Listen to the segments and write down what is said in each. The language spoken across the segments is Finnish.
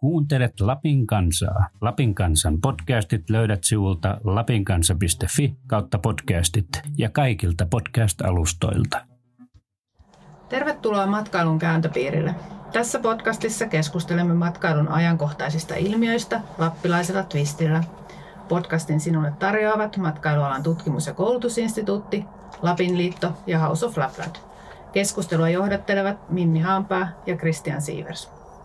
Kuuntelet Lapin kansaa. Lapin kansan podcastit löydät sivulta lapinkansa.fi/podcastit ja kaikilta podcast-alustoilta. Tervetuloa matkailun kääntöpiirille. Tässä podcastissa keskustelemme matkailun ajankohtaisista ilmiöistä lappilaisella twistillä. Podcastin sinulle tarjoavat Matkailualan tutkimus- ja koulutusinstituutti, Lapin liitto ja House of Lapland. Keskustelua johdattelevat Minni Haanpää ja Christian Sievers.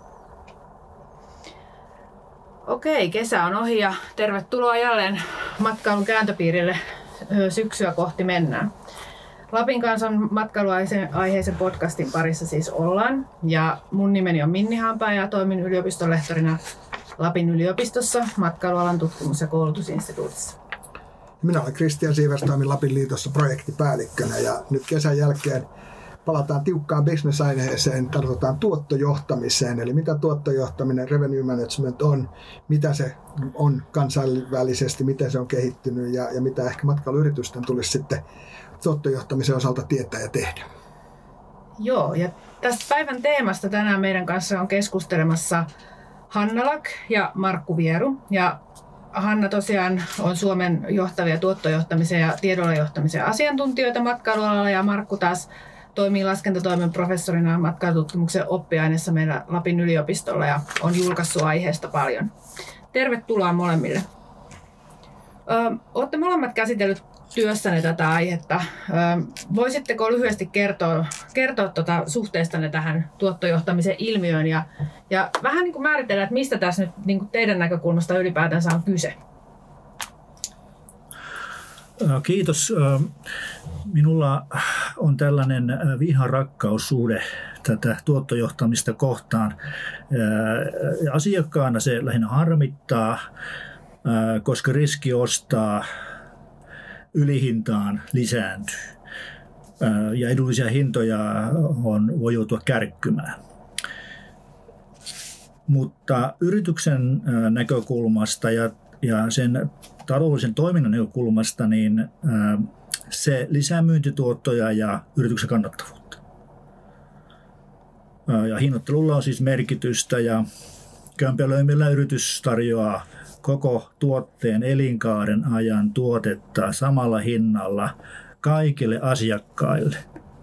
Okei, kesä on ohi ja tervetuloa jälleen matkailun kääntöpiirille. Syksyä kohti mennään. Lapin kansan matkailuaiheisen podcastin parissa siis ollaan. Ja mun nimeni on Minni Haanpää ja toimin yliopistolehtorina Lapin yliopistossa Matkailualan tutkimus- ja koulutusinstituutissa. Minä olen Christian Sievers, toimin Lapin liitossa projektipäällikkönä ja nyt kesän jälkeen palataan tiukkaan business-aiheeseen, tartutaan tuottojohtamiseen, eli mitä tuottojohtaminen, revenue management on, mitä se on kansainvälisesti, miten se on kehittynyt ja mitä ehkä matkailuyritysten tulisi sitten tuottojohtamisen osalta tietää ja tehdä. Joo, ja tästä päivän teemasta tänään meidän kanssa on keskustelemassa Hanna Lack ja Markku Vieru. Ja Hanna tosiaan on Suomen johtavia tuottojohtamisen ja tiedolla johtamisen asiantuntijoita matkailualalla ja Markku taas toimii laskentatoimen professorina matkailututkimuksen oppiaineessa meillä Lapin yliopistolla ja on julkaissut aiheesta paljon. Tervetuloa molemmille. Olette molemmat käsitellyt työssänne tätä aihetta. Voisitteko lyhyesti kertoa suhteestanne tähän tuottojohtamisen ilmiöön ja vähän niin kuin määritellä, että mistä tässä nyt niin kuin teidän näkökulmasta ylipäätänsä on kyse? Kiitos. Minulla on tällainen viha-rakkaussuhde tätä tuottojohtamista kohtaan. Asiakkaana se lähinnä harmittaa, koska riski ostaa ylihintaan lisääntyy ja edullisia hintoja voi joutua kärkkymään. Mutta yrityksen näkökulmasta ja sen taloudellisen toiminnan näkökulmasta niin se lisää myyntituottoja ja yrityksen kannattavuutta. Ja hinnoittelulla on siis merkitystä ja kömpelöimillä yritys tarjoaa koko tuotteen elinkaaren ajan tuotetta samalla hinnalla kaikille asiakkaille.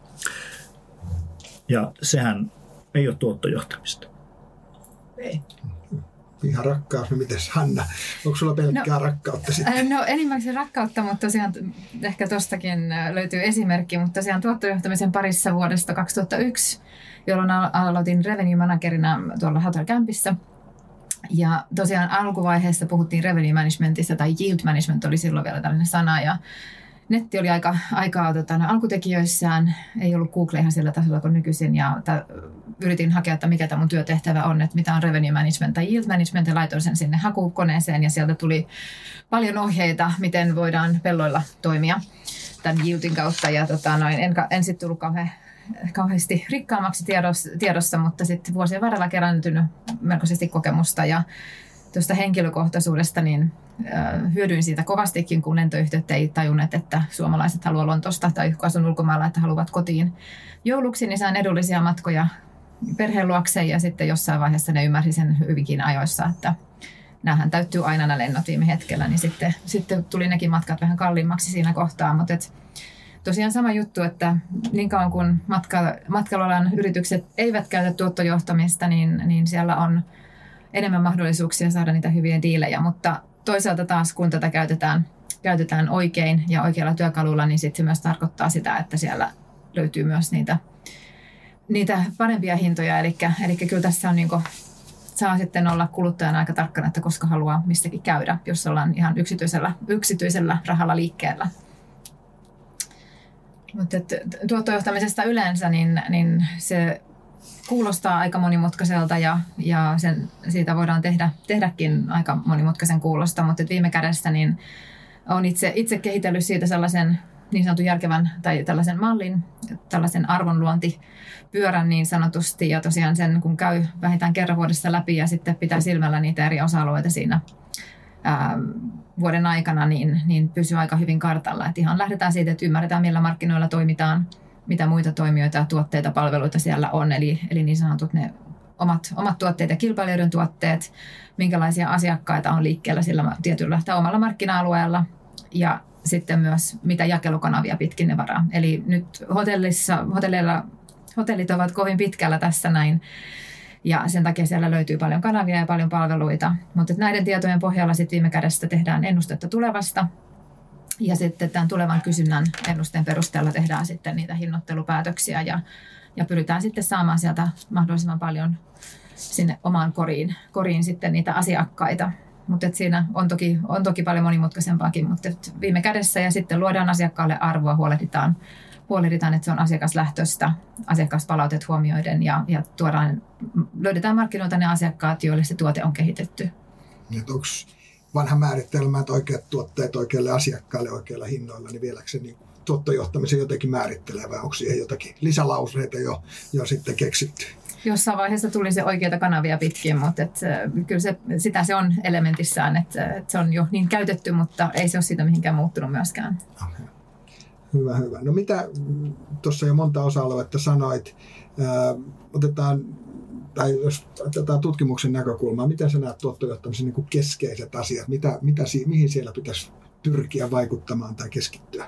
Ja sehän ei ole tuottojohtamista. Ei. Ihan rakkaus. No mites Hanna? Onko sulla pelkkää rakkautta sitten? No enimmäkseen rakkautta, mutta tosiaan ehkä tuostakin löytyy esimerkki, mutta tosiaan tuottojohtamisen parissa vuodesta 2001, jolloin aloitin revenue managerina tuolla Hotel Campissa. Ja tosiaan alkuvaiheessa puhuttiin revenue managementista tai yield management oli silloin vielä tällainen sana ja netti oli aika alkutekijöissään, ei ollut Google ihan sillä tasolla kuin nykyisin ja yritin hakea, että mikä tämä mun työtehtävä on, että mitä on revenue management tai yield management ja laitoin sen sinne hakukoneeseen ja sieltä tuli paljon ohjeita, miten voidaan pelloilla toimia tämän yieldin kautta ja en sitten tullut kauheasti rikkaammaksi tiedossa, mutta sitten vuosien varrella kerääntynyt melkoisesti kokemusta ja tuosta henkilökohtaisuudesta niin hyödyin siitä kovastikin, kun lentoyhtiöt ei tajunneet, että suomalaiset haluaa Lontoosta tai asun ulkomailla, että haluavat kotiin jouluksi, niin sain edullisia matkoja perheen luokse ja sitten jossain vaiheessa ne ymmärsi sen hyvinkin ajoissa, että näähän täyttyy aina nämä lennot viime hetkellä, niin sitten tuli nekin matkat vähän kalliimmaksi siinä kohtaa, mutta tosiaan sama juttu, että niin kauan kun matkailualan yritykset eivät käytä tuottojohtamista, niin siellä on enemmän mahdollisuuksia saada niitä hyviä diilejä, mutta toisaalta taas kun tätä käytetään oikein ja oikealla työkalulla, niin sitten se myös tarkoittaa sitä, että siellä löytyy myös niitä parempia hintoja, eli kyllä tässä on saa sitten olla kuluttajana aika tarkkana, että koska haluaa mistäkin käydä, jos ollaan ihan yksityisellä rahalla liikkeellä. Mutta tuottojohtamisesta yleensä, niin se kuulostaa aika monimutkaiselta ja siitä voidaan tehdäkin aika monimutkaisen kuulosta, mutta viime kädessä niin olen itse kehitellyt siitä sellaisen niin sanotun järkevän tai tällaisen mallin, tällaisen arvonluontipyörän niin sanotusti ja tosiaan sen kun käy vähintään kerran vuodessa läpi ja sitten pitää silmällä niitä eri osa-alueita siinä vuoden aikana, niin pysyy aika hyvin kartalla. Et ihan lähdetään siitä, että ymmärretään millä markkinoilla toimitaan, mitä muita toimijoita, tuotteita, palveluita siellä on, eli niin sanotut ne omat tuotteet ja kilpailijoiden tuotteet, minkälaisia asiakkaita on liikkeellä sillä tietyllä tai omalla markkina-alueella ja sitten myös mitä jakelukanavia pitkin ne varaa. Eli nyt hotellit ovat kovin pitkällä tässä näin ja sen takia siellä löytyy paljon kanavia ja paljon palveluita, mutta näiden tietojen pohjalla sitten viime kädessä tehdään ennustetta tulevasta. Ja sitten tämän tulevan kysynnän ennusteen perusteella tehdään sitten niitä hinnoittelupäätöksiä ja pyritään sitten saamaan sieltä mahdollisimman paljon sinne omaan koriin sitten niitä asiakkaita. Mutta siinä on toki paljon monimutkaisempaakin, mutta viime kädessä ja sitten luodaan asiakkaalle arvoa, huolehditaan, että se on asiakaslähtöistä, asiakaspalautet huomioiden ja löydetään markkinoilta ne asiakkaat, joille se tuote on kehitetty. Onko vanha määritelmä, että oikeat tuotteet oikeille asiakkaille oikeilla hinnoilla, niin vieläkö se niin tuottojohtamisen jotenkin määrittelee vai onko siihen jotakin lisälauseita jo sitten keksitty? Jossain vaiheessa tuli se oikeita kanavia pitkin, mutta kyllä sitä se on elementissään, että se on jo niin käytetty, mutta ei se ole siitä mihinkään muuttunut myöskään. Okay. Hyvä. No mitä tuossa jo monta osa-aluetta sanoit, jos otetaan tutkimuksen näkökulmaa, miten sä näet tuottojohtamisen niin kuin keskeiset asiat, mihin siellä pitäisi pyrkiä vaikuttamaan tai keskittyä?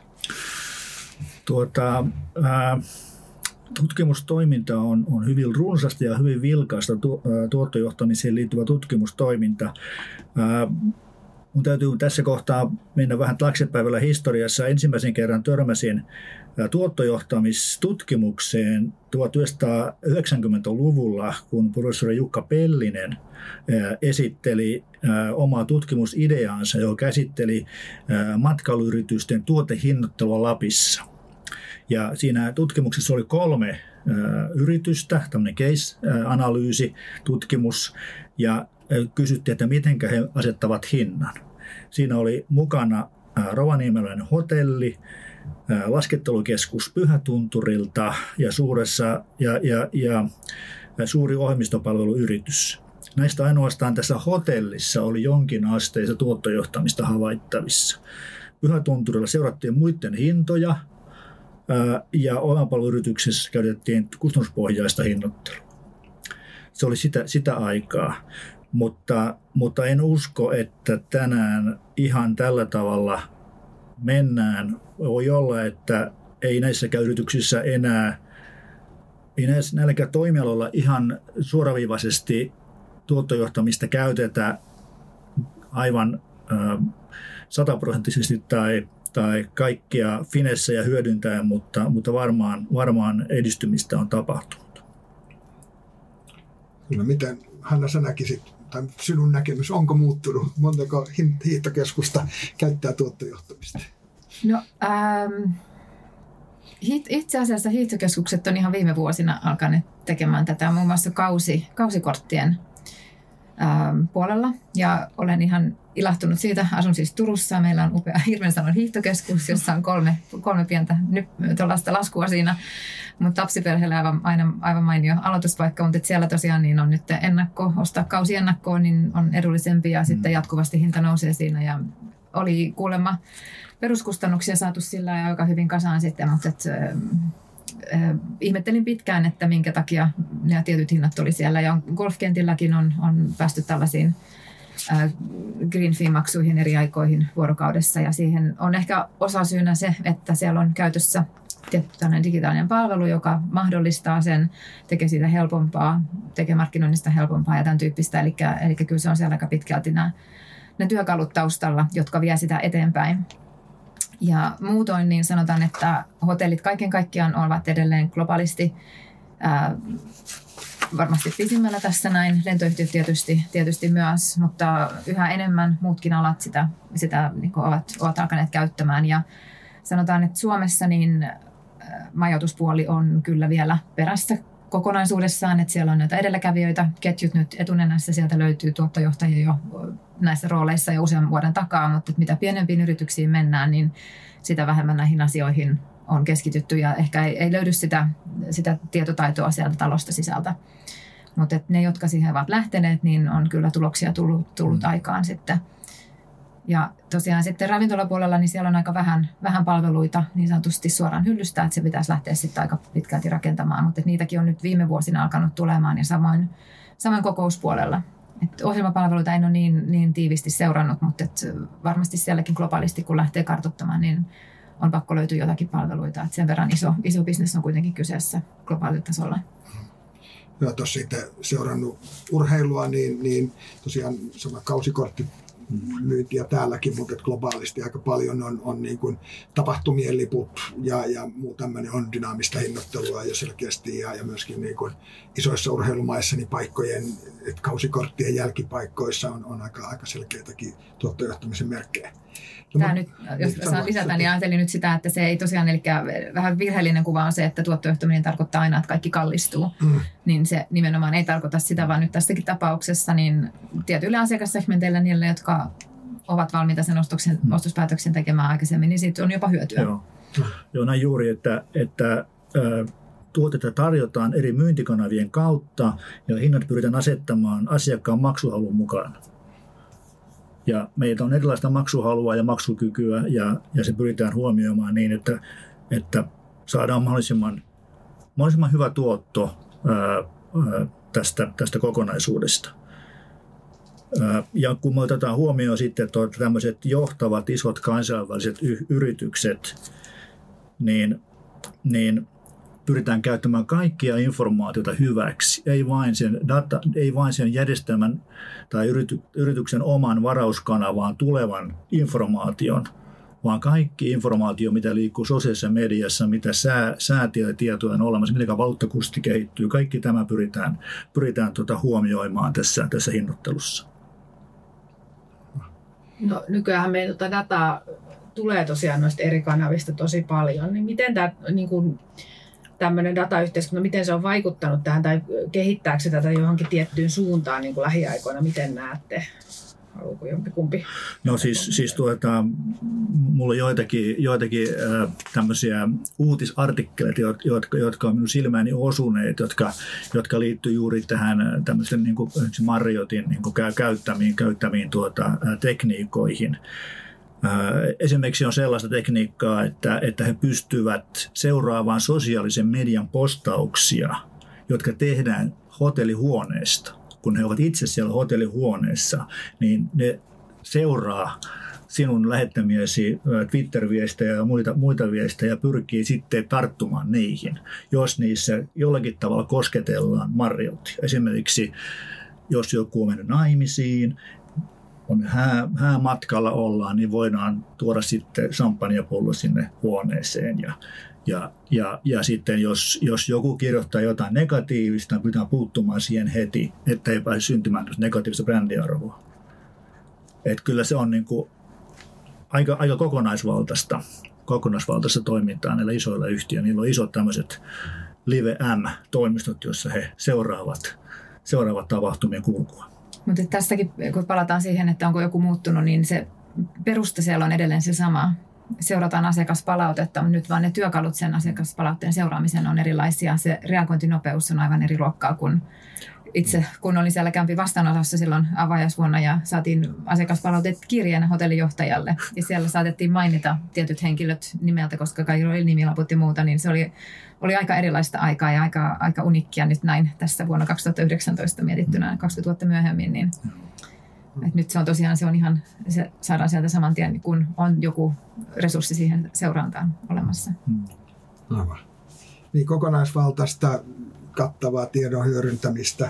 Tutkimustoiminta on hyvin runsasta ja hyvin vilkaista tuottojohtamiseen liittyvä tutkimustoiminta. Mun täytyy tässä kohtaa mennä vähän taaksepäivällä historiassa. Ensimmäisen kerran törmäsin tuottojohtamistutkimukseen 1990-luvulla, kun professori Jukka Pellinen esitteli omaa tutkimusideaansa, joka käsitteli matkailuyritysten tuotehinnoittelua Lapissa. Ja siinä tutkimuksessa oli 3 yritystä, tämmöinen case-analyysi, tutkimus, ja kysyttiin, että miten he asettavat hinnan. Siinä oli mukana rovaniemeläinen hotelli, laskettelukeskus Pyhätunturilta ja suuri ohjelmistopalveluyritys. Näistä ainoastaan tässä hotellissa oli jonkin asteista tuottojohtamista havaittavissa. Pyhätunturilla seurattiin muiden hintoja ja ohjelmapalveluyrityksessä käytettiin kustannuspohjaista hinnoittelua. Se oli sitä aikaa, mutta en usko, että tänään ihan tällä mennään. Voi olla, että ei näissäkään yrityksissä enää, ei näilläkään toimialoilla ihan suoraviivaisesti tuottojohtamista käytetä aivan 100% tai kaikkia finessejä hyödyntäen, mutta varmaan edistymistä on tapahtunut. No miten, Hanna, sä näkisit, tai sinun näkemys, onko muuttunut? Montako hiihtokeskusta käyttää tuottojohtamista? No, itse asiassa hiihtokeskukset on ihan viime vuosina alkaneet tekemään tätä muun muassa kausikorttien puolella. Ja olen ihan ilahtunut siitä. Asun siis Turussa. Meillä on upea Hirvensalon hiihtokeskus, jossa on kolme pientä laskua siinä. Mutta lapsiperheelle aivan mainio aloituspaikka, mutta siellä tosiaan niin on nyt ostaa kausiennakkoon, niin on edullisempi ja sitten jatkuvasti hinta nousee siinä. Ja oli kuulemma peruskustannuksia saatu sillä ja aika hyvin kasaan sitten, mutta ihmettelin pitkään, että minkä takia nämä tietyt hinnat oli siellä. Ja golfkentilläkin on päästy tällaisiin green fee-maksuihin eri aikoihin vuorokaudessa. Ja siihen on ehkä osasyynä se, että siellä on käytössä tietty tällainen digitaalinen palvelu, joka mahdollistaa sen, tekee siitä helpompaa, tekee markkinoinnista helpompaa ja tämän tyyppistä. Eli kyllä se on siellä aika pitkälti ne työkalut taustalla, jotka vie sitä eteenpäin. Ja muutoin niin sanotaan, että hotellit kaiken kaikkiaan ovat edelleen globaalisti varmasti pisimmällä tässä näin, lentoyhtiöt tietysti myös, mutta yhä enemmän muutkin alat sitä niin kuin ovat alkaneet käyttämään. Ja sanotaan, että Suomessa niin majoituspuoli on kyllä vielä perässä kokonaisuudessaan, että siellä on näitä edelläkävijöitä, ketjut nyt etunenässä, sieltä löytyy tuottojohtajia jo näissä rooleissa jo usean vuoden takaa, mutta mitä pienempiin yrityksiin mennään, niin sitä vähemmän näihin asioihin on keskitytty ja ehkä ei löydy sitä tietotaitoa sieltä talosta sisältä. Mutta ne, jotka siihen ovat lähteneet, niin on kyllä tuloksia tullut aikaan sitten. Ja tosiaan sitten ravintolapuolella, niin siellä on aika vähän palveluita niin sanotusti suoraan hyllystä, että se pitäisi lähteä sitten aika pitkälti rakentamaan, mutta niitäkin on nyt viime vuosina alkanut tulemaan ja samoin kokouspuolella. Et ohjelmapalveluita en ole niin tiivisti seurannut, mutta varmasti sielläkin globaalisti, kun lähtee kartoittamaan, niin on pakko löytyä jotakin palveluita. Et sen verran iso bisnes on kuitenkin kyseessä globaalilla tasolla. Joo, tuossa siitä seurannut urheilua, niin tosiaan sama kausikortti myyntiä täälläkin, mutta globaalisti aika paljon on niin kuin tapahtumien liput ja muu tämmöinen on dynaamista hinnoittelua jo selkeästi ja myöskin niin kuin isoissa urheilumaissa niin paikkojen, että kausikorttien jälkipaikkoissa on aika selkeitäkin tuottojohtamisen merkkejä. Tämä nyt, jos saan lisätä, niin ajattelin nyt sitä, että se ei tosiaan, eli vähän virheellinen kuva on se, että tuottojohtaminen tarkoittaa aina, että kaikki kallistuu. Niin se nimenomaan ei tarkoita sitä, vaan nyt tässäkin tapauksessa niin tietyille asiakassegmenteille, niille, jotka ovat valmiita sen ostospäätöksen tekemään aikaisemmin, niin siitä on jopa hyötyä. Joo, näin juuri, että tuotetta tarjotaan eri myyntikanavien kautta ja hinnat pyritään asettamaan asiakkaan maksuhalun mukaan. Ja meitä on erilaista maksuhalua ja maksukykyä ja se pyritään huomioimaan niin, että saadaan mahdollisimman hyvä tuotto tästä kokonaisuudesta. Ja kun me otetaan huomioon sitten tämmöiset johtavat isot kansainväliset yritykset, niin pyritään käyttämään kaikkia informaatiota hyväksi, ei vain sen järjestelmän tai yrityksen oman varauskanavan tulevan informaation, vaan kaikki informaatio, mitä liikkuu sosiaalisessa mediassa, mitä säätietoja on olemassa, miten valuuttakurssi kehittyy, kaikki tämä pyritään huomioimaan tässä hinnoittelussa. No, nykyään meillä dataa tulee tosiaan noista eri kanavista tosi paljon, niin miten tämä tämmöinen datayhteiskunta, miten se on vaikuttanut tähän tai kehittääkö se tätä johonkin tiettyyn suuntaan niin kuin lähiaikoina? Miten näette? Haluatko jompikumpi? No siis mulla on joitakin tämmöisiä uutisartikkeleita, jotka on minun silmääni osuneet, jotka liittyy juuri tähän tämmöisen niin kuin Marriotin niin kuin käyttämiin tekniikoihin. Esimerkiksi on sellaista tekniikkaa, että he pystyvät seuraamaan sosiaalisen median postauksia, jotka tehdään hotellihuoneesta. Kun he ovat itse siellä hotellihuoneessa, niin ne seuraa sinun lähettämiesi Twitter-viestejä ja muita viestejä ja pyrkii sitten tarttumaan niihin, jos niissä jollakin tavalla kosketellaan Marriotia. Esimerkiksi jos joku on mennyt naimisiin, on häämatkalla ollaan, niin voidaan tuoda sitten samppanjapullo sinne huoneeseen. Ja sitten jos joku kirjoittaa jotain negatiivista, pitää puuttumaan siihen heti, että ei pääse syntymään negatiivista brändiarvoa. Että kyllä se on niin kuin aika kokonaisvaltaista toimintaa näillä isoilla yhtiöillä. Niillä on isot tämmöiset Live M-toimistot, joissa he seuraavat tapahtumien kulkua. Mutta tästäkin, kun palataan siihen, että onko joku muuttunut, niin se perusta siellä on edelleen se sama. Seurataan asiakaspalautetta, mutta nyt vaan ne työkalut sen asiakaspalautteen seuraamiseen on erilaisia. Se reagointinopeus on aivan eri luokkaa kuin itse, kun olin siellä Kämpin vastaanotossa silloin avajaisvuonna ja saatiin asiakaspalautet kirjeenä hotellijohtajalle. Ja siellä saatettiin mainita tietyt henkilöt nimeltä, koska kaikilla oli nimilaput ja muuta, niin se oli aika erilaista aikaa ja aika unikkia nyt näin tässä vuonna 2019 mietittynä 20 vuotta myöhemmin. Niin, nyt se on tosiaan, se saadaan sieltä saman tien, kun on joku resurssi siihen seurantaan olemassa. Aivan. Niin kokonaisvaltaista kattavaa tiedon hyödyntämistä.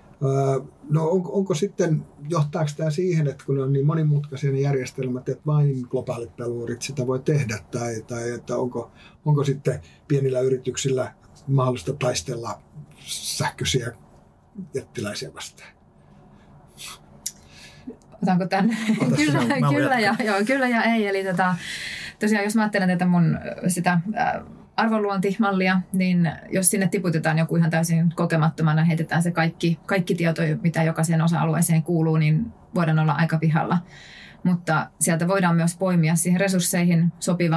No onko sitten, johtaako tämä siihen, että kun on niin monimutkaisia ne järjestelmät, että vain globaalit peluurit sitä voi tehdä, tai että onko sitten pienillä yrityksillä mahdollista taistella sähköisiä jättiläisiä vastaan? Otanko tämän? Kyllä ja ei. Eli tosiaan jos mä ajattelen tätä mun sitä arvonluontimallia, niin jos sinne tiputetaan joku ihan täysin kokemattomana, heitetään se kaikki tieto, mitä jokaiseen osa-alueeseen kuuluu, niin voidaan olla aika pihalla. Mutta sieltä voidaan myös poimia siihen resursseihin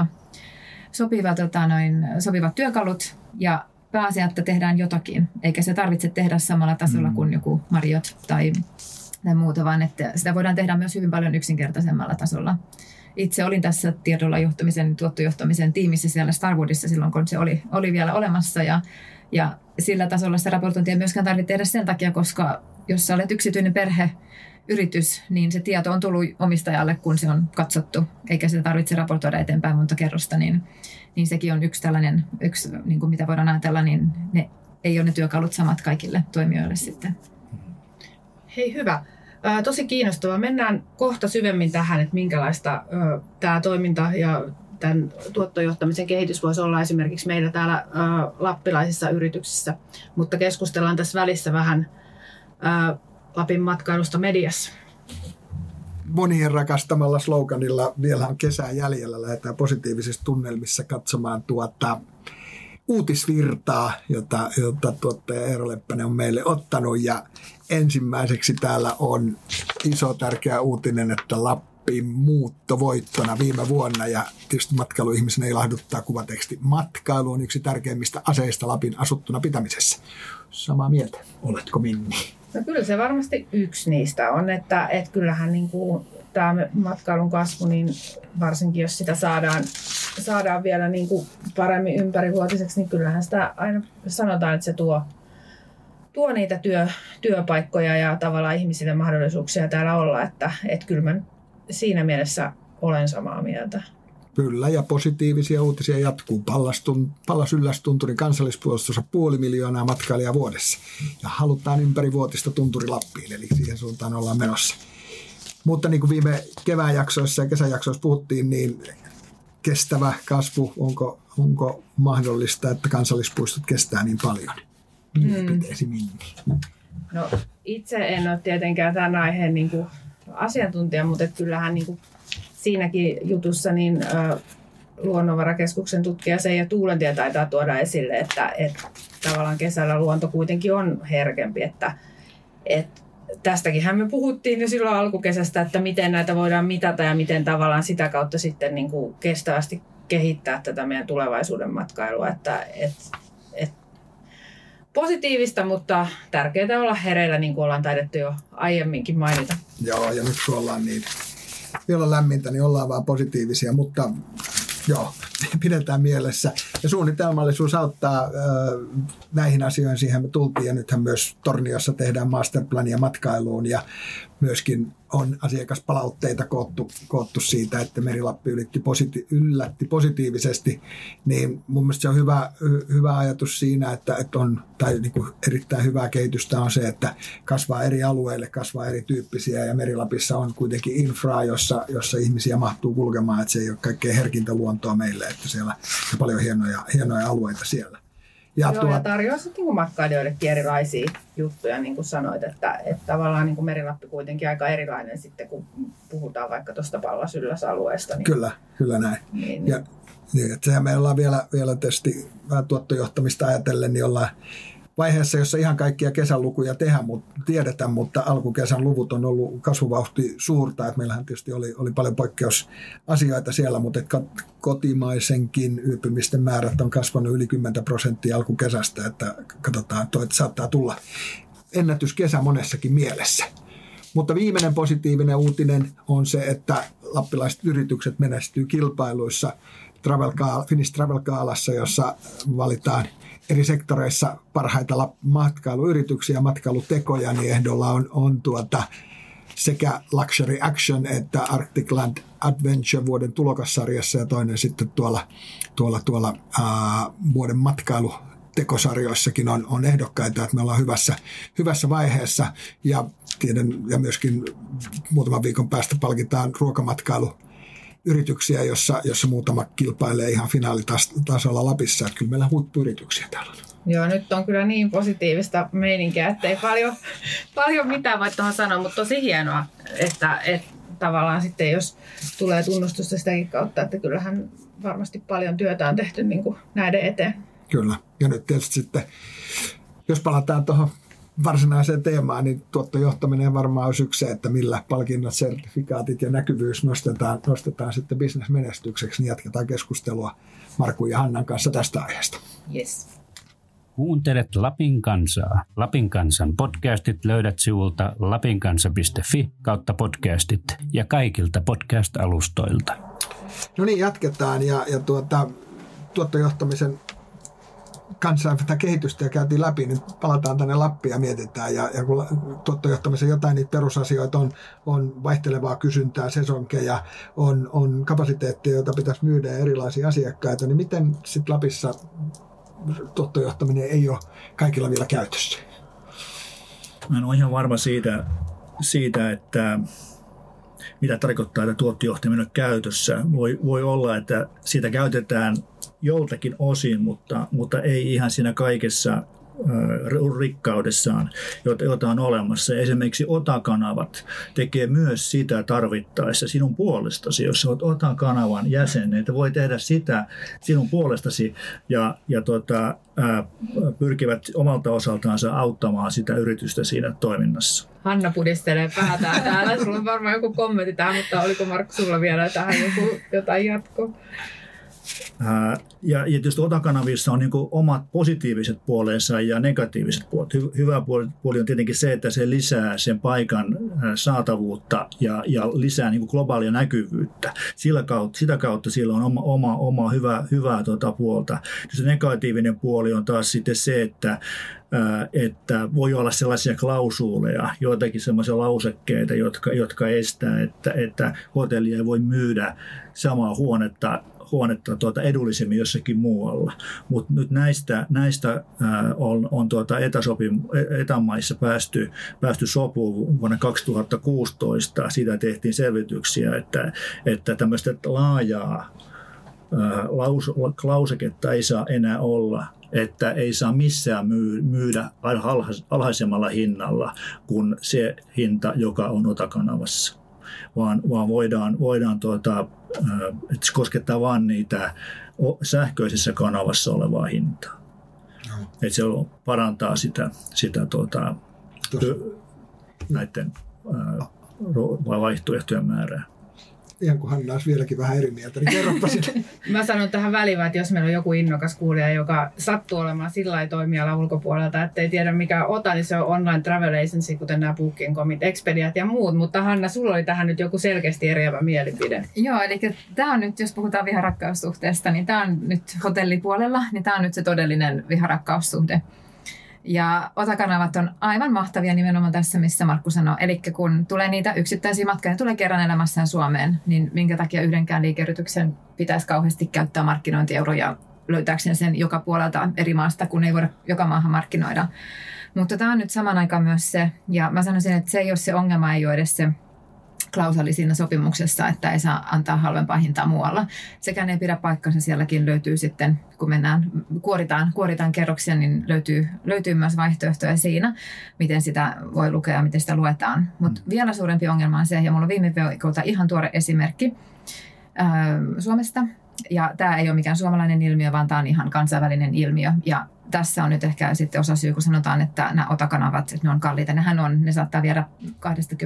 sopivat työkalut ja pääasia, että tehdään jotakin, eikä se tarvitse tehdä samalla tasolla kuin joku Marriott tai muuta, vaan että sitä voidaan tehdä myös hyvin paljon yksinkertaisemmalla tasolla. Itse olin tässä tiedolla johtamisen, tuottojohtamisen tiimissä siellä Starwoodissa silloin, kun se oli vielä olemassa ja sillä tasolla sitä raportointia ei myöskään tarvitse tehdä sen takia, koska jos sä olet yksityinen perheyritys, niin se tieto on tullut omistajalle, kun se on katsottu, eikä sitä tarvitse raportoida eteenpäin monta kerrosta, niin sekin on yksi tällainen, niin kuin mitä voidaan ajatella, niin ne ei ole ne työkalut samat kaikille toimijoille sitten. Hei, hyvä. Tosi kiinnostavaa. Mennään kohta syvemmin tähän, että minkälaista tämä toiminta ja tämän tuottojohtamisen kehitys voisi olla esimerkiksi meillä täällä lappilaisissa yrityksissä. Mutta keskustellaan tässä välissä vähän Lapin matkailusta mediassa. Monien rakastamalla sloganilla vielä on kesää jäljellä. Lähdetään positiivisissa tunnelmissa katsomaan uutisvirtaa, jota tuottaja Eero Leppänen on meille ottanut. Ja ensimmäiseksi täällä on iso tärkeä uutinen, että Lappiin muuttovoittona viime vuonna. Ja tietysti matkailuihmisen ilahduttaa kuvateksti. Matkailu on yksi tärkeimmistä aseista Lapin asuttuna pitämisessä. Samaa mieltä. Oletko, Minni? No kyllä se varmasti yksi niistä on, että kyllähän niin kuin tämä matkailun kasvu, niin varsinkin jos sitä saadaan vielä niin kuin paremmin ympärivuotiseksi, niin kyllähän sitä aina sanotaan, että se tuo niitä työpaikkoja ja tavallaan ihmisille mahdollisuuksia täällä olla, että kyllä mä siinä mielessä olen samaa mieltä. Kyllä, ja positiivisia uutisia jatkuu. Pallas-Yllästunturin kansallispuistossa 500,000 matkailijaa vuodessa. Ja halutaan ympärivuotista tunturi Lappiin, eli siihen suuntaan ollaan menossa. Mutta niin kuin viime kevään jaksoissa ja kesäjaksoissa puhuttiin, niin kestävä kasvu, onko mahdollista, että kansallispuistot kestää niin paljon? Mielipiteesi, Minni? No itse en ole tietenkään tämän aiheen niin kuin asiantuntija, mutta kyllähän niin kuin siinäkin jutussa niin Luonnonvarakeskuksen tutkija Seija Tuulentie taitaa tuoda esille, että tavallaan kesällä luonto kuitenkin on herkempi. Että tästäkinhän me puhuttiin jo silloin alkukesästä, että miten näitä voidaan mitata ja miten tavallaan sitä kautta sitten niin kuin kestävästi kehittää tätä meidän tulevaisuuden matkailua. Että positiivista, mutta tärkeää olla hereillä, niin kuin ollaan taidettu jo aiemminkin mainita. Joo, ja nyt kun ollaan niin vielä lämmintä, niin ollaan vaan positiivisia, mutta joo, pidetään mielessä. Ja suunnitelmallisuus auttaa näihin asioihin, siihen me tultiin, ja nythän myös Torniossa tehdään masterplania matkailuun, ja myöskin on asiakaspalautteita koottu siitä, että Meri-Lappi yllätti positiivisesti, niin mun mielestä se on hyvä ajatus siinä, että on, tai niin kuin erittäin hyvää kehitystä on se, että kasvaa eri alueille, kasvaa erityyppisiä, ja Meri-Lapissa on kuitenkin infraa, jossa ihmisiä mahtuu kulkemaan, että se ei ole kaikkein herkintä luontoa meille, että siellä on paljon hienoja alueita siellä. Ja tarjoaa sitten niin matkailijoillekin erilaisia juttuja, niin kuin sanoit, että tavallaan niin kuin Meri-Lappi kuitenkin aika erilainen sitten, kun puhutaan vaikka tuosta Pallas-Ylläs-alueesta. Niin Kyllä näin. Niin. Ja että sehän me ollaan vielä tietysti vähän tuottojohtamista ajatellen, niin ollaan vaiheessa, jossa ihan kaikkia kesänlukuja tiedetään, mutta alkukesän luvut on ollut kasvuvauhti suurta. Että meillähän tietysti oli paljon poikkeusasioita siellä, mutta kotimaisenkin yöpymisten määrät on kasvanut yli 10% alkukesästä. Että katsotaan, että saattaa tulla ennätyskesä monessakin mielessä. Mutta viimeinen positiivinen uutinen on se, että lappilaiset yritykset menestyy kilpailuissa Finnish Travel Gaalassa, jossa valitaan eri sektoreissa parhaita matkailuyrityksiä ja matkailutekoja, niin ehdolla on sekä Luxury Action että Arctic Land Adventure vuoden tulokassarjassa ja toinen sitten tuolla vuoden matkailutekosarjoissakin on ehdokkaita, että me ollaan hyvässä vaiheessa ja myöskin muutaman viikon päästä palkitaan ruokamatkailu-yrityksiä, jossa muutama kilpailee ihan finaalitasolla Lapissa, että kyllä meillä huippuyrityksiä täällä on. Joo, nyt on kyllä niin positiivista meininkiä, että ei paljon mitään voi tuohon sanoa, mutta tosi hienoa, että tavallaan sitten jos tulee tunnustusta sitäkin kautta, että kyllähän varmasti paljon työtä on tehty niin kuin näiden eteen. Kyllä, ja nyt tietysti sitten, jos palataan tuohon varsinaiseen teemaan, niin tuottojohtaminen varmaan olisi yksi se, että millä palkinnot, sertifikaatit ja näkyvyys nostetaan sitten bisnesmenestykseksi, niin jatketaan keskustelua Markun ja Hannan kanssa tästä aiheesta. Yes. Kuuntelet Lapin kansaa. Lapin kansan podcastit löydät sivulta lapinkansa.fi/podcastit ja kaikilta podcast-alustoilta. No niin, jatketaan ja tuottojohtamisen kansainvälistä kehitystä ja käytiin läpi, niin palataan tänne Lappiin ja mietitään. Ja kun tuottojohtamisen jotain niitä perusasioita on vaihtelevaa kysyntää, sesonkeja, on kapasiteettia, joita pitäisi myydä ja erilaisia asiakkaita, niin miten sitten Lapissa tuottojohtaminen ei ole kaikilla vielä käytössä? Mä en ole ihan varma siitä, että mitä tarkoittaa, että tuottojohtaminen on käytössä. Voi olla, että sitä käytetään joltakin osin, mutta ei ihan siinä kaikessa rikkaudessaan, jota on olemassa. Esimerkiksi OTA-kanavat tekee myös sitä tarvittaessa sinun puolestasi. Jos olet OTA-kanavan jäsen, että voi tehdä sitä sinun puolestasi ja pyrkivät omalta osaltaansa auttamaan sitä yritystä siinä toiminnassa. Hanna pudistelee päätään täällä. Sulla on varmaan joku kommentti tähän, mutta oliko Markku sulla vielä tähän jotain jatkoa? Ja tietysti OTA-kanavissa on niin kuin omat positiiviset puolensa ja negatiiviset puolet. Hyvä puoli on tietenkin se, että se lisää sen paikan saatavuutta ja lisää niin kuin globaalia näkyvyyttä. Sitä kautta sillä on oma hyvää puolta. Se negatiivinen puoli on taas sitten se, että voi olla sellaisia klausuuleja, joitakin sellaisia lausekkeita, jotka estää, että hotelli ei voi myydä samaa huonetta edullisemmin jossakin muualla. Mutta nyt näistä on etämaissa päästy sopuun vuonna 2016. Siitä tehtiin selvityksiä, että tämmöistä laajaa lauseketta ei saa enää olla, että ei saa missään myydä alhaisemmalla hinnalla kuin se hinta, joka on OTA-kanavassa. Vaan voidaan että se koskettaa vain niitä sähköisessä kanavassa olevaa hintaa. No. Että se parantaa sitä näiden vaihtoehtojen määrää. Ihan kun Hanna olisi vieläkin vähän eri mieltä, niin kerropa sinne. Mä sanon tähän väliin, että jos meillä on joku innokas kuulija, joka sattuu olemaan sillä lailla toimialan ulkopuolelta, että ei tiedä mikä OTA, niin se on online travel agency, kuten nämä Booking.comit, Expediat ja muut. Mutta Hanna, sulla oli tähän nyt joku selkeästi eriävä mielipide. Joo, eli tämä on nyt, jos puhutaan viharakkaussuhteesta, niin tämä on nyt hotellipuolella, niin tämä on nyt se todellinen viharakkaussuhde. Ja OTA-kanavat on aivan mahtavia nimenomaan tässä, missä Markku sanoi. Eli kun tulee niitä yksittäisiä matkoja, ne tulee kerran elämässään Suomeen, niin minkä takia yhdenkään liikeyrityksen pitäisi kauheasti käyttää markkinointieuroja löytääkseen sen joka puolelta eri maasta, kun ei voida joka maahan markkinoida. Mutta tämä on nyt saman aikaan myös se, ja mä sanoisin, että se ei ole se ongelma, ei ole edes se klausali siinä sopimuksessa, että ei saa antaa halvempaa hintaa muualla. Sekään ei pidä paikkansa, sielläkin löytyy sitten, kun mennään, kuoritaan kerroksia, niin löytyy myös vaihtoehtoja siinä, miten sitä voi lukea ja miten sitä luetaan. Mutta vielä suurempi ongelma on se, ja mulla on viime viikolta ihan tuore esimerkki Suomesta, ja tämä ei ole mikään suomalainen ilmiö, vaan tämä on ihan kansainvälinen ilmiö, ja tässä on nyt ehkä sitten osasyy, kun sanotaan, että nämä OTA-kanavat, että ne on kalliita. Ne saattaa viedä 20-50%,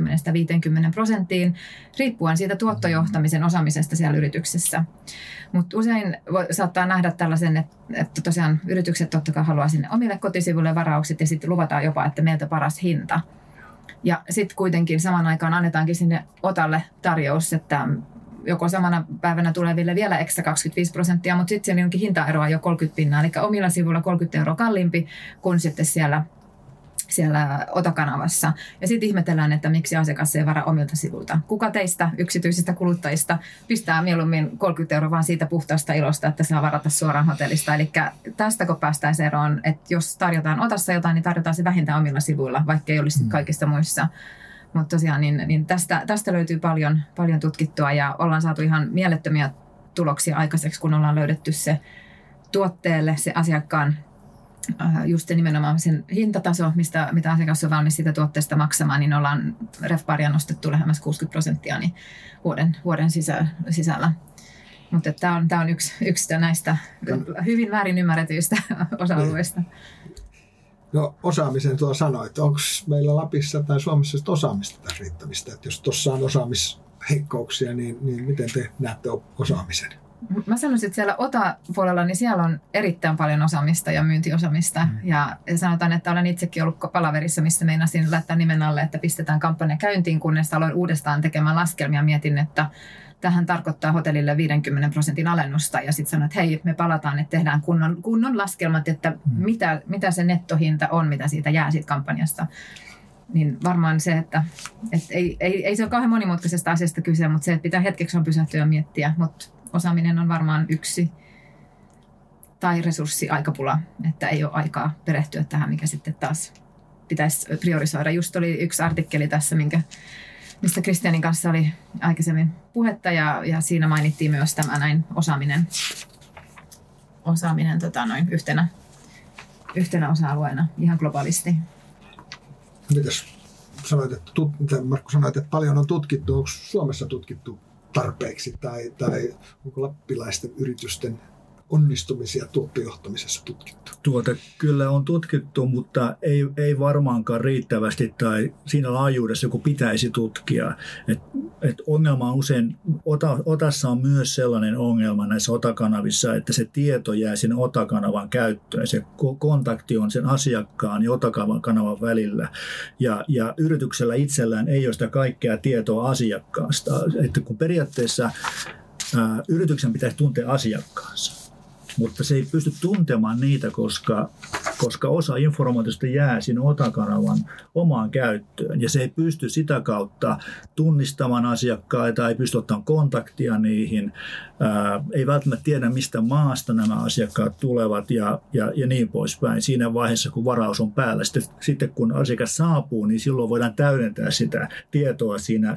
riippuen siitä tuottojohtamisen osaamisesta siellä yrityksessä. Mutta usein saattaa nähdä tällaisen, että tosiaan yritykset totta kai haluaa sinne omille kotisivuille varaukset ja sitten luvataan jopa, että meiltä paras hinta. Ja sitten kuitenkin saman aikaan annetaankin sinne OTAlle tarjous, että joko samana päivänä tuleville vielä ekstra 25%, mutta sitten siellä onkin hintaeroa jo 30%, eli omilla sivuilla 30 € kalliimpi kuin sitten siellä OTA-kanavassa. Ja sitten ihmetellään, että miksi asiakas ei varaa omilta sivuilta. Kuka teistä yksityisistä kuluttajista pistää mieluummin 30 € vaan siitä puhtaasta ilosta, että saa varata suoraan hotellista. Eli tästä kun päästään eroon, että jos tarjotaan OTassa jotain, niin tarjotaan se vähintään omilla sivuilla, vaikka ei olisi kaikista muissa. Mutta tosiaan niin tästä löytyy paljon tutkittua ja ollaan saatu ihan mielettömiä tuloksia aikaiseksi, kun ollaan löydetty se tuotteelle, se asiakkaan just se nimenomaan sen hintataso, mitä asiakas on valmis siitä tuotteesta maksamaan, niin ollaan RevParia nostettu lähemmäs 60% niin vuoden sisällä. Mutta tämä on yksi näistä hyvin väärin ymmärretyistä osa-alueista. No osaamisen tuo sanoit. Onko meillä Lapissa tai Suomessa osaamista tässä riittämistä? Että jos tuossa on osaamisheikkouksia, niin miten te näette osaamisen? Mä sanoisin, että siellä OTA-puolella, niin siellä on erittäin paljon osaamista ja myyntiosaamista. Ja sanotaan, että olen itsekin ollut palaverissa, missä meinasin laittaa nimen alle, että pistetään kampanja käyntiin, kunnes aloin uudestaan tekemään laskelmia. Mietin, että tähän tarkoittaa hotellille 50% alennusta. Ja sitten sanoin, että hei, me palataan, että tehdään kunnon laskelmat, että mitä se nettohinta on, mitä siitä jää siitä kampanjasta. Niin varmaan se, että ei se ole kauhean monimutkaisesta asiasta kyse, mutta se, että pitää hetkeksi on pysähtyä ja miettiä. Mutta osaaminen on varmaan yksi. Tai resurssi-aikapula, että ei ole aikaa perehtyä tähän, mikä sitten taas pitäisi priorisoida. Just oli yksi artikkeli tässä, mistä Kristianin kanssa oli aikaisemmin puhetta ja siinä mainittiin myös tämä näin osaaminen yhtenä osa-alueena ihan globaalisti. Mitäs sanoit, Markku sanoit, että paljon on tutkittu. Onko Suomessa tutkittu tarpeeksi tai onko lappilaisten yritysten onnistumisia tuottojohtamisessa tutkittu? Kyllä on tutkittu, mutta ei varmaankaan riittävästi tai siinä laajuudessa, kun pitäisi tutkia. Et ongelma on usein, OTassa on myös sellainen ongelma näissä OTA-kanavissa, että se tieto jää sinne OTA-kanavan käyttöön. Se kontakti on sen asiakkaan ja OTA-kanavan välillä. Ja yrityksellä itsellään ei ole sitä kaikkea tietoa asiakkaasta. Että kun periaatteessa yrityksen pitäisi tuntea asiakkaansa. Mutta se ei pysty tuntemaan niitä, koska osa informaatiosta jää sinne OTA-kanavan omaan käyttöön. Ja se ei pysty sitä kautta tunnistamaan asiakkaita, ei pysty ottamaan kontaktia niihin, ei välttämättä tiedä, mistä maasta nämä asiakkaat tulevat ja niin poispäin. Siinä vaiheessa, kun varaus on päällä. Sitten kun asiakas saapuu, niin silloin voidaan täydentää sitä tietoa siinä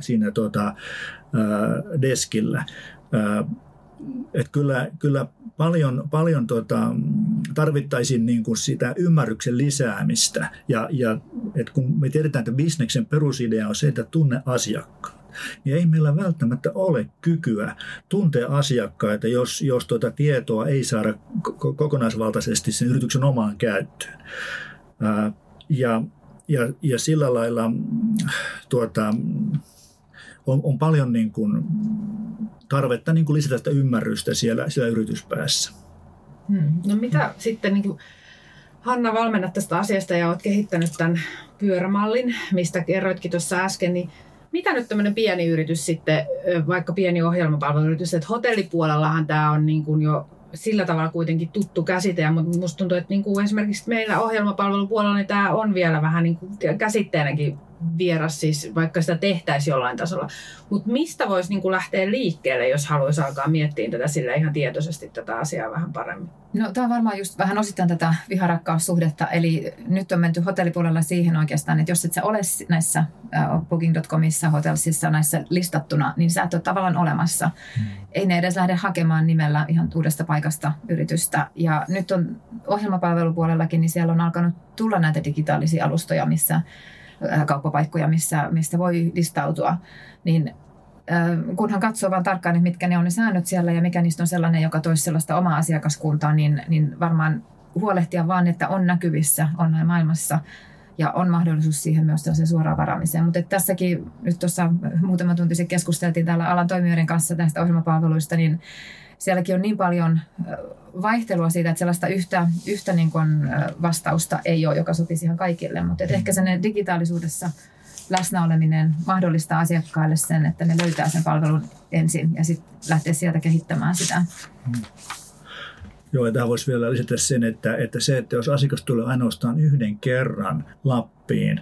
deskillä. Että kyllä paljon tarvittaisiin niin kuin sitä ymmärryksen lisäämistä ja että kun me tiedetään, että bisneksen perusidea on se, että tunne asiakkaat, niin ei meillä välttämättä ole kykyä tuntea asiakkaita, jos tietoa ei saada kokonaisvaltaisesti sen yrityksen omaan käyttöön. Ja sillä lailla on paljon niin kuin tarvetta niin kuin lisätä sitä ymmärrystä siellä yrityspäässä. No mitä sitten, niin kuin Hanna, valmennat tästä asiasta ja olet kehittänyt tämän pyörämallin, mistä kerroitkin tuossa äsken, niin mitä nyt tämmöinen pieni yritys sitten, vaikka pieni ohjelmapalveluyritys, että hotellipuolellahan tämä on niin kuin jo sillä tavalla kuitenkin tuttu käsite, mutta musta tuntuu, että niin kuin esimerkiksi meillä ohjelmapalvelupuolella niin tämä on vielä vähän niin kuin käsitteenäkin vieras, siis vaikka sitä tehtäisiin jollain tasolla. Mutta mistä voisi niin kuin lähteä liikkeelle, jos haluaisi alkaa miettiä tätä sillä ihan tietoisesti tätä asiaa vähän paremmin? No tämä on varmaan just vähän osittain tätä viharakkaussuhdetta, eli nyt on menty hotellipuolella siihen oikeastaan, että jos et sä ole näissä Booking.comissa, Hotelsissa näissä listattuna, niin sä et ole tavallaan olemassa. Ei ne edes lähde hakemaan nimellä ihan uudesta paikasta yritystä. Ja nyt on ohjelmapalvelupuolellakin, niin siellä on alkanut tulla näitä digitaalisia alustoja, kauppapaikkoja, mistä voi listautua, niin kunhan katsoo vaan tarkkaan, että mitkä ne on ne säännöt siellä ja mikä niistä on sellainen, joka toisi sellaista omaa asiakaskuntaa, niin varmaan huolehtia vaan, että on näkyvissä online-maailmassa ja on mahdollisuus siihen myös tällaisen suoraan varaamiseen. Mutta tässäkin nyt tuossa muutama tunti sitten keskusteltiin täällä alan toimijoiden kanssa tästä ohjelmapalveluista, niin sielläkin on niin paljon vaihtelua siitä, että sellaista yhtä niin kuin vastausta ei ole, joka sopisi ihan kaikille. Mutta ehkä sen digitaalisuudessa läsnäoleminen mahdollistaa asiakkaille sen, että ne löytää sen palvelun ensin ja sitten lähtee sieltä kehittämään sitä. Joo, ja tähän voisi vielä lisätä sen, että jos asiakas tulee ainoastaan yhden kerran Lappiin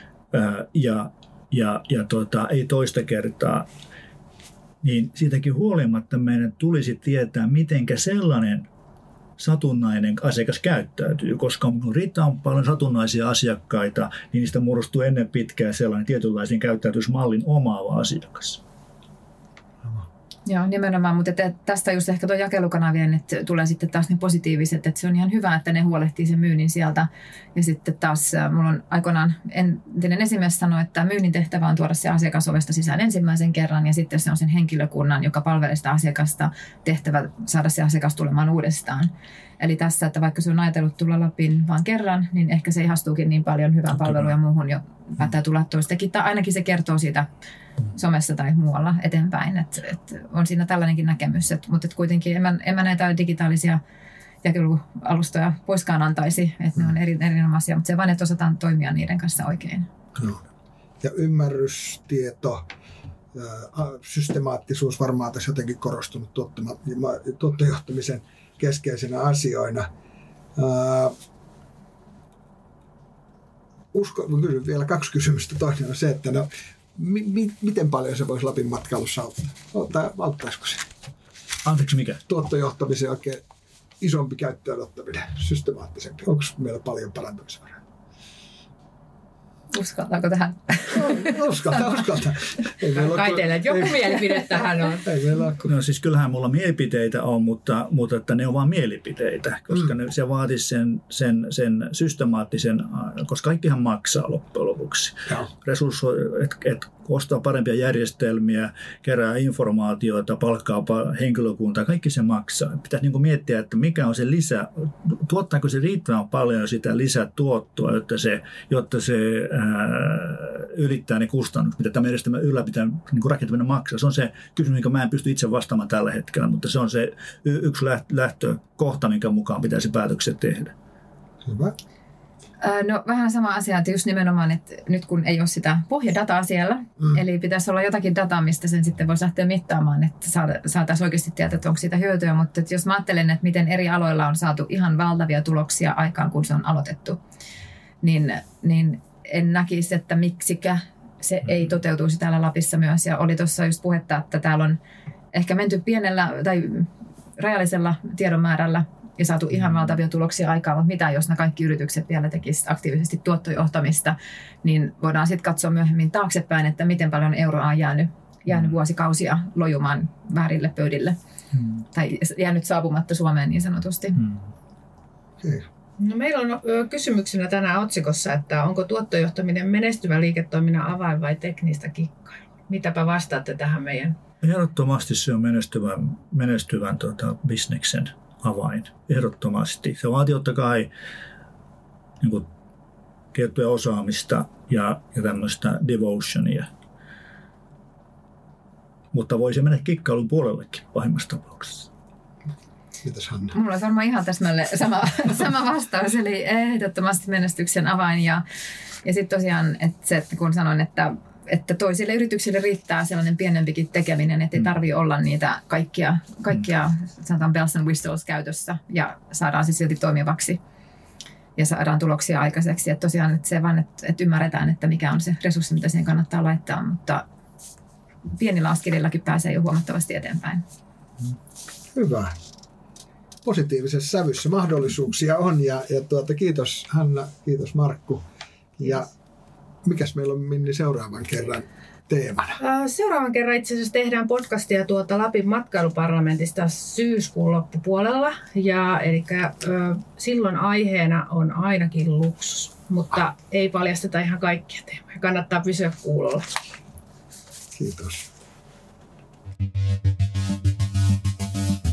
ei toista kertaa, niin siitäkin huolimatta meidän tulisi tietää, mitenkä sellainen satunnainen asiakas käyttäytyy, koska on riittävän paljon satunnaisia asiakkaita, niin niistä muodostuu ennen pitkään sellainen tietynlaisen käyttäytymismallin omaava asiakas. Joo, nimenomaan, mutta tästä just ehkä tuo jakelukanavien, että tulee sitten taas niin positiiviset, että se on ihan hyvä, että ne huolehtii sen myynnin sieltä. Ja sitten taas mulla on aikoinaan entinen esimies sanoi, että myynnin tehtävä on tuoda se asiakas ovesta sisään ensimmäisen kerran ja sitten se on sen henkilökunnan, joka palvelee sitä asiakasta, tehtävä saada se asiakas tulemaan uudestaan. Eli tässä, että vaikka se on ajatellut tulla Lappiin vaan kerran, niin ehkä se ihastuukin niin paljon hyvään palveluun ja muuhun jo päättää tulla toistakin. Tai ainakin se kertoo siitä somessa tai muualla eteenpäin. Et on siinä tällainenkin näkemys, mutta kuitenkin en mä näitä digitaalisia jakelualustoja poiskaan antaisi, että ne on erinomaisia, mutta se vaan, että osataan toimia niiden kanssa oikein. No. Ja ymmärrys, tieto, systemaattisuus varmaan tässä jotenkin korostunut tuottojohtamisen keskeisenä asioina. Kysyn vielä 2 kysymystä. Toinen on se, että miten paljon se voisi Lapin matkailussa auttaa? Auttaisiko se? Anteeksi, mikä? Tuottojohtamisen oikein isompi käyttöön ottaminen, systemaattisempi. Onko meillä paljon parantamisen varaa? Uskaltaako tähän? Uskalta. Kai teillä joku mielipide tähän on. Ei meillä ole. No siis kyllähän mulla mielipiteitä on, mutta että ne on vain mielipiteitä, koska se vaatisi sen systemaattisen, koska kaikkihan maksaa loppujen lopuksi. Että ostaa parempia järjestelmiä, kerää informaatiota, palkkaa henkilökuntaa, kaikki se maksaa. Pitäisi niin kuin miettiä, että mikä on se tuottaako se riittävän paljon sitä lisätuottoa, jotta se ylittää ne kustannukset, mitä tämä järjestelmä ylläpitää, niin kuin rakentaminen maksaa. Se on se kysymys, minkä mä en pysty itse vastaamaan tällä hetkellä, mutta se on se yksi lähtökohta, minkä mukaan pitäisi päätökset tehdä. Hyvä. No vähän sama asia, että just nimenomaan, että nyt kun ei ole sitä pohjadataa siellä, eli pitäisi olla jotakin dataa, mistä sen sitten voisi lähteä mittaamaan, että saataisiin oikeasti tietää, että onko siitä hyötyä, mutta jos mä ajattelen, että miten eri aloilla on saatu ihan valtavia tuloksia aikaan, kun se on aloitettu, niin en näkisi, että miksikä se ei toteutuisi täällä Lapissa myös. Ja oli tuossa just puhetta, että täällä on ehkä menty pienellä tai rajallisella tiedonmäärällä ja saatu ihan valtavia tuloksia aikaan, mutta mitä jos nämä kaikki yritykset vielä tekisivät aktiivisesti tuottojohtamista, niin voidaan sitten katsoa myöhemmin taaksepäin, että miten paljon euroa on jäänyt vuosikausia lojumaan väärille pöydille tai jäänyt saapumatta Suomeen niin sanotusti. Okay. No, meillä on kysymyksenä tänään otsikossa, että onko tuottojohtaminen menestyvän liiketoiminnan avain vai teknistä kikkailua? Mitäpä vastaatte tähän meidän? Ehdottomasti se on menestyvän bisneksen avain. Ehdottomasti. Se vaatii totta kai niin kuin tiettyä osaamista ja tämmöistä devotionia. Mutta voi se mennä kikkailun puolellekin pahimmassa tapauksessa. Mitäs Hanna? Mulla on varmaan ihan täsmälleen sama vastaus, eli ehdottomasti menestyksen avain. Ja sitten tosiaan, että kun sanoin, että toisille yrityksille riittää sellainen pienempikin tekeminen, että ei tarvitse olla niitä kaikkia sanotaan bells and whistles käytössä ja saadaan se silti toimivaksi ja saadaan tuloksia aikaiseksi. Että tosiaan, että se vaan, että ymmärretään, että mikä on se resurssi, mitä siihen kannattaa laittaa, mutta pienillä askelillakin pääsee jo huomattavasti eteenpäin. Hyvä. Positiivisessa sävyssä mahdollisuuksia on ja kiitos Hanna, kiitos Markku. Ja mikäs meillä on Minni seuraavan kerran teemana? Seuraavan kerran itse asiassa tehdään podcastia Lapin matkailuparlamentista syyskuun loppupuolella. Eli silloin aiheena on ainakin luksus, mutta ei paljasteta ihan kaikkia teemoja. Kannattaa pysyä kuulolla. Kiitos.